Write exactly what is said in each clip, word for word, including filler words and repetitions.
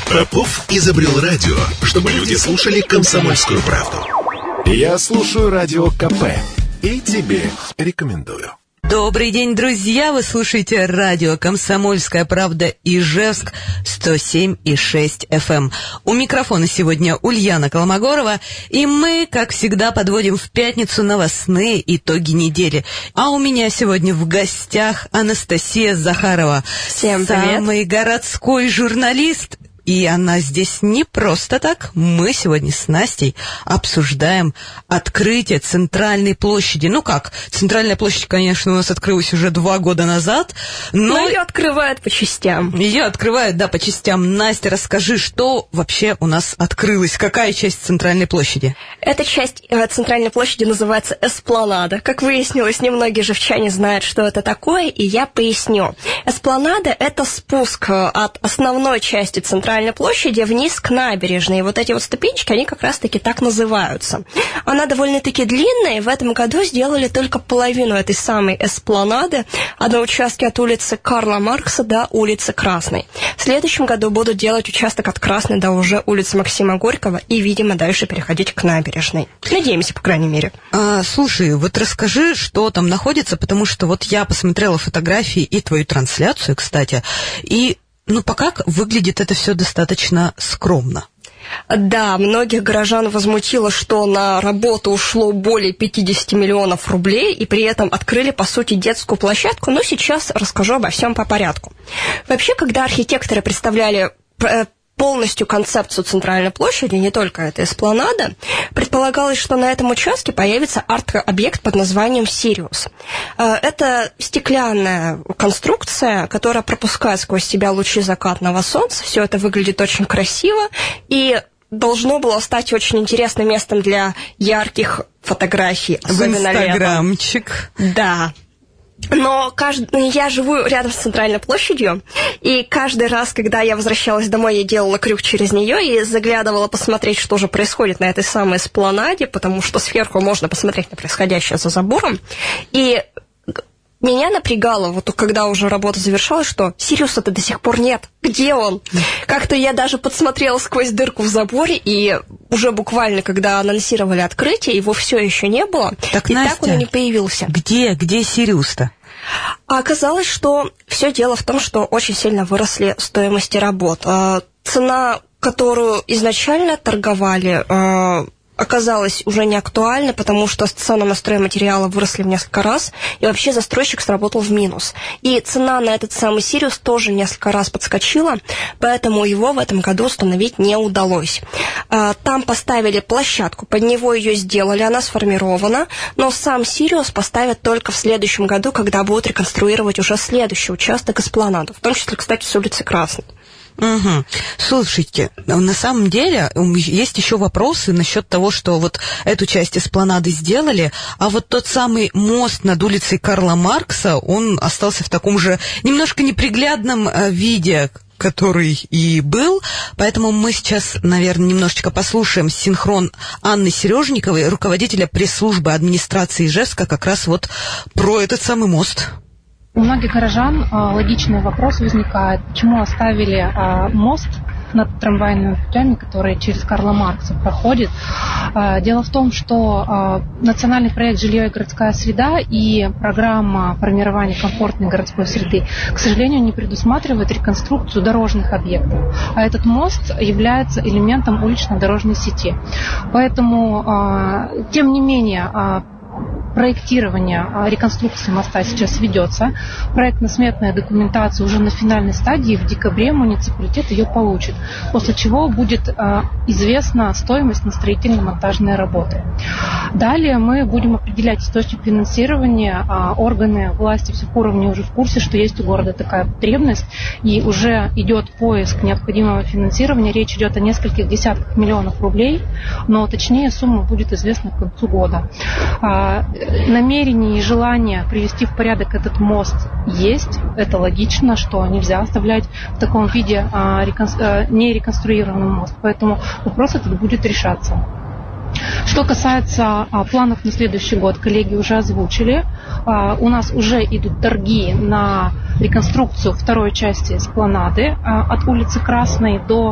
Попов изобрел радио, чтобы люди слушали «Комсомольскую правду». Я слушаю Радио КП и тебе рекомендую. Добрый день, друзья! Вы слушаете радио «Комсомольская правда» Ижевск сто семь и шесть эф эм. У микрофона сегодня Ульяна Колмогорова, и мы, как всегда, подводим в пятницу новостные итоги недели. А у меня сегодня в гостях Анастасия Захарова. Всем привет! Самый городской журналист. И она здесь не просто так. Мы сегодня с Настей обсуждаем открытие Центральной площади. Ну как, Центральная площадь, конечно, у нас открылась уже два года назад, но... но ее открывают по частям. Ее открывают, да, по частям. Настя, расскажи, что вообще у нас открылось? Какая часть Центральной площади? Эта часть э, Центральной площади называется Эспланада. Как выяснилось, немногие живчане знают, что это такое, и я поясню. Эспланада – это спуск от основной части Центральной площади вниз к набережной. И вот эти вот ступенечки, они как раз-таки так называются. Она довольно-таки длинная, и в этом году сделали только половину этой самой эспланады, а на участке от улицы Карла Маркса до улицы Красной. В следующем году будут делать участок от Красной до уже улицы Максима Горького и, видимо, дальше переходить к набережной. Надеемся, по крайней мере. А, слушай, вот расскажи, что там находится, потому что вот я посмотрела фотографии и твою трансляцию, кстати, и ну, пока выглядит это все достаточно скромно. Да, многих горожан возмутило, что на работу ушло более пятьдесят миллионов рублей, и при этом открыли, по сути, детскую площадку, но сейчас расскажу обо всем по порядку. Вообще, когда архитекторы представляли полностью концепцию Центральной площади, не только эта эспланада, предполагалось, что на этом участке появится арт-объект под названием «Сириус». Это стеклянная конструкция, которая пропускает сквозь себя лучи закатного солнца. Все это выглядит очень красиво и должно было стать очень интересным местом для ярких фотографий. В инстаграмчик. Да. Но каждый, я живу рядом с Центральной площадью, и каждый раз, когда я возвращалась домой, я делала крюк через нее и заглядывала посмотреть, что же происходит на этой самой эспланаде, потому что сверху можно посмотреть на происходящее за забором. И меня напрягало, вот когда уже работа завершалась, что Сириуса-то до сих пор нет. Где он? Как-то я даже подсмотрела сквозь дырку в заборе, и уже буквально, когда анонсировали открытие, его все еще не было. Так, и Настя, так он и не появился. Где, где Сириус-то? А оказалось, что все дело в том, что очень сильно выросли стоимости работ. Цена, которую изначально торговали, оказалась уже не актуальна, потому что цены на стройматериалы выросли в несколько раз, и вообще застройщик сработал в минус. И цена на этот самый Сириус тоже несколько раз подскочила, поэтому его в этом году установить не удалось. Там поставили площадку, под него ее сделали, она сформирована, но сам Сириус поставят только в следующем году, когда будут реконструировать уже следующий участок эспланаду, в том числе, кстати, с улицы Красной. Угу. Слушайте, на самом деле есть еще вопросы насчет того, что вот эту часть эспланады сделали, а вот тот самый мост над улицей Карла Маркса, он остался в таком же немножко неприглядном виде, который и был, поэтому мы сейчас, наверное, немножечко послушаем синхрон Анны Сережниковой, руководителя пресс-службы администрации Ижевска, как раз вот про этот самый мост. У многих горожан а, логичный вопрос возникает, почему оставили а, мост над трамвайными путями, который через Карла Маркса проходит. А, дело в том, что а, национальный проект «Жилье и городская среда» и программа формирования комфортной городской среды, к сожалению, не предусматривает реконструкцию дорожных объектов, а этот мост является элементом улично-дорожной сети. Поэтому, а, тем не менее, а, проектирование реконструкции моста сейчас ведется. Проектно-сметная документация уже на финальной стадии. В декабре муниципалитет ее получит, после чего будет известна стоимость на строительно-монтажные работы. Далее мы будем определять источник финансирования. Органы власти всех уровней уже в курсе, что есть у города такая потребность, и уже идет поиск необходимого финансирования. Речь идет о нескольких десятках миллионов рублей, но точнее сумма будет известна к концу года. Намерение и желание привести в порядок этот мост есть. Это логично, что нельзя оставлять в таком виде а, рекон... а, нереконструированный мост. Поэтому вопрос этот будет решаться. Что касается а, планов на следующий год, коллеги уже озвучили. А, у нас уже идут торги на реконструкцию второй части эспланады а, от улицы Красной до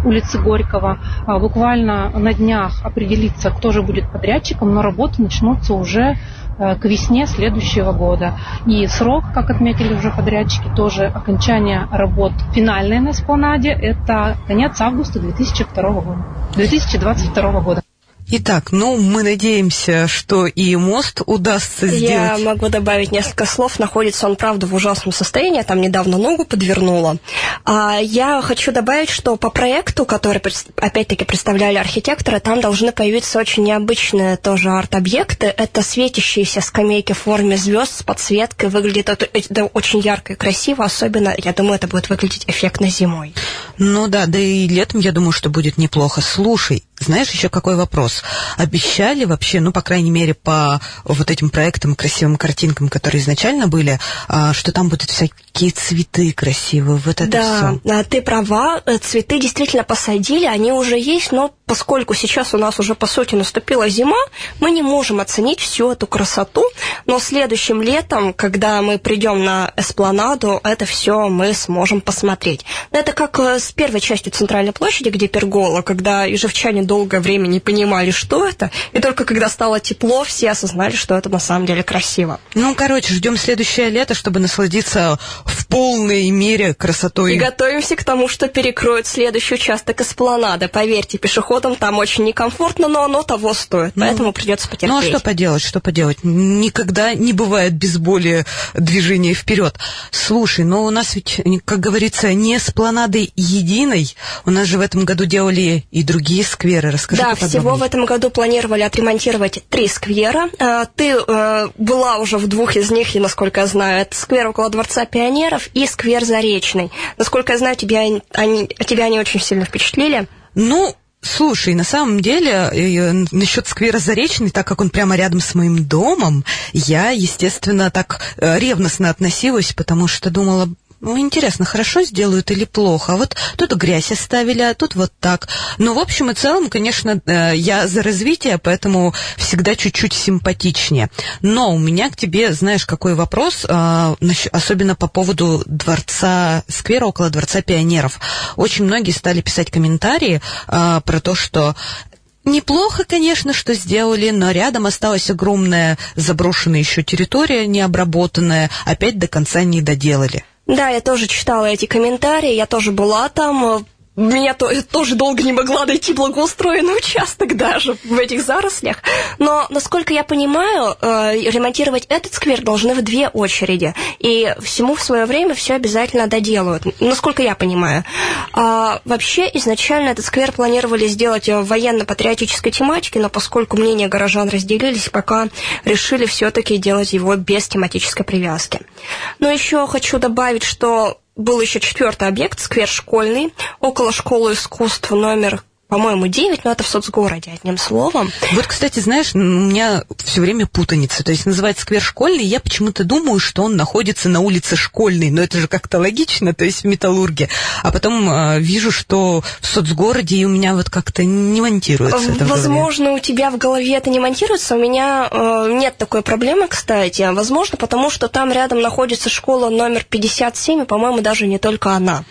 улицы Горького. Буквально на днях определится, кто же будет подрядчиком, но работы начнутся уже к весне следующего года. И срок, как отметили уже подрядчики, тоже окончание работ финальной на эспланаде, это конец августа две тысячи второго года, две тысячи двадцать второго года. Итак, ну, мы надеемся, что и мост удастся сделать. Я могу добавить несколько слов. Находится он, правда, в ужасном состоянии. Там недавно ногу подвернула. А я хочу добавить, что по проекту, который, опять-таки, представляли архитекторы, там должны появиться очень необычные тоже арт-объекты. Это светящиеся скамейки в форме звезд с подсветкой. Выглядит это, это очень ярко и красиво. Особенно, я думаю, это будет выглядеть эффектно зимой. Ну да, да и летом, я думаю, что будет неплохо. Слушай, знаешь, еще какой вопрос? Обещали вообще, ну, по крайней мере, по вот этим проектам, красивым картинкам, которые изначально были, что там будут всякие цветы красивые, вот это да, все. Да, ты права, цветы действительно посадили, они уже есть, но поскольку сейчас у нас уже, по сути, наступила зима, мы не можем оценить всю эту красоту, но следующим летом, когда мы придем на эспланаду, это все мы сможем посмотреть. Это как с первой частью Центральной площади, где пергола, когда ижевчане долгое время не понимали, что это, и только когда стало тепло, все осознали, что это на самом деле красиво. Ну, короче, ждем следующее лето, чтобы насладиться в полной мере красотой. И готовимся к тому, что перекроют следующий участок эспланады. Поверьте, пешеходам там очень некомфортно, но оно того стоит, поэтому ну, придется потерпеть. Ну, а что поделать, что поделать? Никогда не бывает без боли движения вперед. Слушай, ну, у нас ведь, как говорится, не эспланады единой. У нас же в этом году делали и другие скверы. Расскажи да, поподробнее. Всего в этом году планировали отремонтировать три сквера. Ты была уже в двух из них, и, насколько я знаю, это сквер около Дворца пионеров и сквер Заречный. Насколько я знаю, тебя они, тебя они очень сильно впечатлили. Ну, слушай, на самом деле, насчет сквера Заречный, так как он прямо рядом с моим домом, я, естественно, так ревностно относилась, потому что думала... Ну, интересно, хорошо сделают или плохо? А вот тут грязь оставили, а тут вот так. Ну, в общем и целом, конечно, я за развитие, поэтому всегда чуть-чуть симпатичнее. Но у меня к тебе, знаешь, какой вопрос, особенно по поводу дворца, сквера около Дворца пионеров. Очень многие стали писать комментарии про то, что... Неплохо, конечно, что сделали, но рядом осталась огромная заброшенная еще территория, необработанная, опять до конца не доделали. Да, я тоже читала эти комментарии, я тоже была там. Меня то, тоже долго не могла найти благоустроенный участок даже в этих зарослях. Но, насколько я понимаю, э, ремонтировать этот сквер должны в две очереди. И всему в свое время все обязательно доделают. Насколько я понимаю. А, вообще, изначально этот сквер планировали сделать в военно-патриотической тематике, но поскольку мнения горожан разделились, пока решили все-таки делать его без тематической привязки. Но еще хочу добавить, что... Был еще четвертый объект, сквер школьный, около школы искусств номер, по-моему, девять, но это в соцгороде, одним словом. Вот, кстати, знаешь, у меня все время путаница. То есть называется сквер школьный, я почему-то думаю, что он находится на улице Школьной, но это же как-то логично, то есть в Металлурге. А потом э, вижу, что в соцгороде, и у меня вот как-то не монтируется это. Возможно, у тебя в голове это не монтируется, у меня э, нет такой проблемы, кстати. Возможно, потому что там рядом находится школа номер пятьдесят семь, и, по-моему, даже не только она.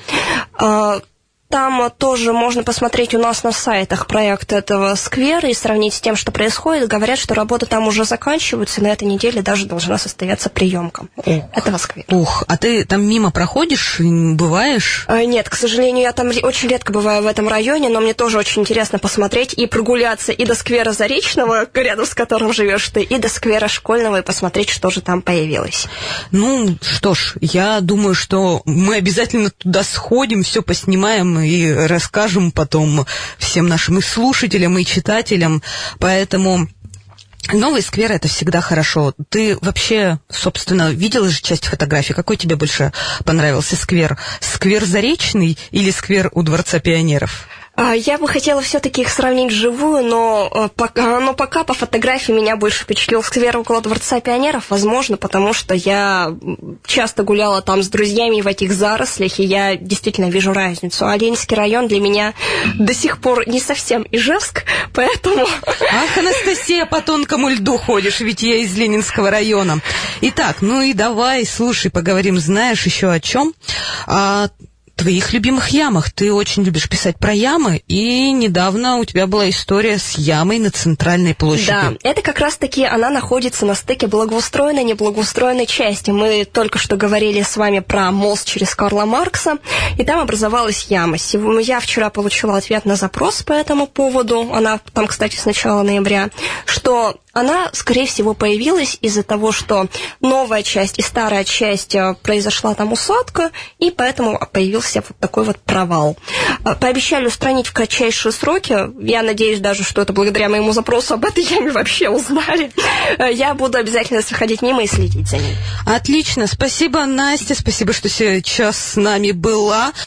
Э, Там тоже можно посмотреть у нас на сайтах проект этого сквера и сравнить с тем, что происходит. Говорят, что работы там уже заканчиваются, и на этой неделе даже должна состояться приемка Ух. этого сквера. Ух, а ты там мимо проходишь, бываешь? Нет, к сожалению, я там очень редко бываю в этом районе, но мне тоже очень интересно посмотреть и прогуляться и до сквера Заречного, рядом с которым живешь ты, и до сквера Школьного, и посмотреть, что же там появилось. Ну, что ж, я думаю, что мы обязательно туда сходим, все поснимаем и расскажем потом всем нашим и слушателям, и читателям. Поэтому новый сквер — это всегда хорошо. Ты вообще, собственно, видела же часть фотографий? Какой тебе больше понравился сквер? Сквер Заречный или сквер у Дворца пионеров? Я бы хотела все-таки их сравнить вживую, но пока, но пока по фотографии меня больше впечатлил сквер около Дворца пионеров, возможно, потому что я часто гуляла там с друзьями в этих зарослях, и я действительно вижу разницу. А Ленинский район для меня до сих пор не совсем Ижевск, поэтому... Ах, Анастасия, по тонкому льду ходишь, ведь я из Ленинского района. Итак, ну и давай, слушай, поговорим, знаешь еще о чем? А... твоих любимых ямах. Ты очень любишь писать про ямы, и недавно у тебя была история с ямой на Центральной площади. Да, это как раз-таки она находится на стыке благоустроенной и неблагоустроенной части. Мы только что говорили с вами про мост через Карла Маркса, и там образовалась яма. Я вчера получила ответ на запрос по этому поводу, она там, кстати, с начала ноября, что она, скорее всего, появилась из-за того, что новая часть и старая часть произошла там усадка, и поэтому появился вот такой вот провал. Пообещали устранить в кратчайшие сроки. Я надеюсь даже, что это благодаря моему запросу об этой яме вообще узнали. Я буду обязательно сходить мимо и следить за ней. Отлично. Спасибо, Настя. Спасибо, что сейчас с нами была.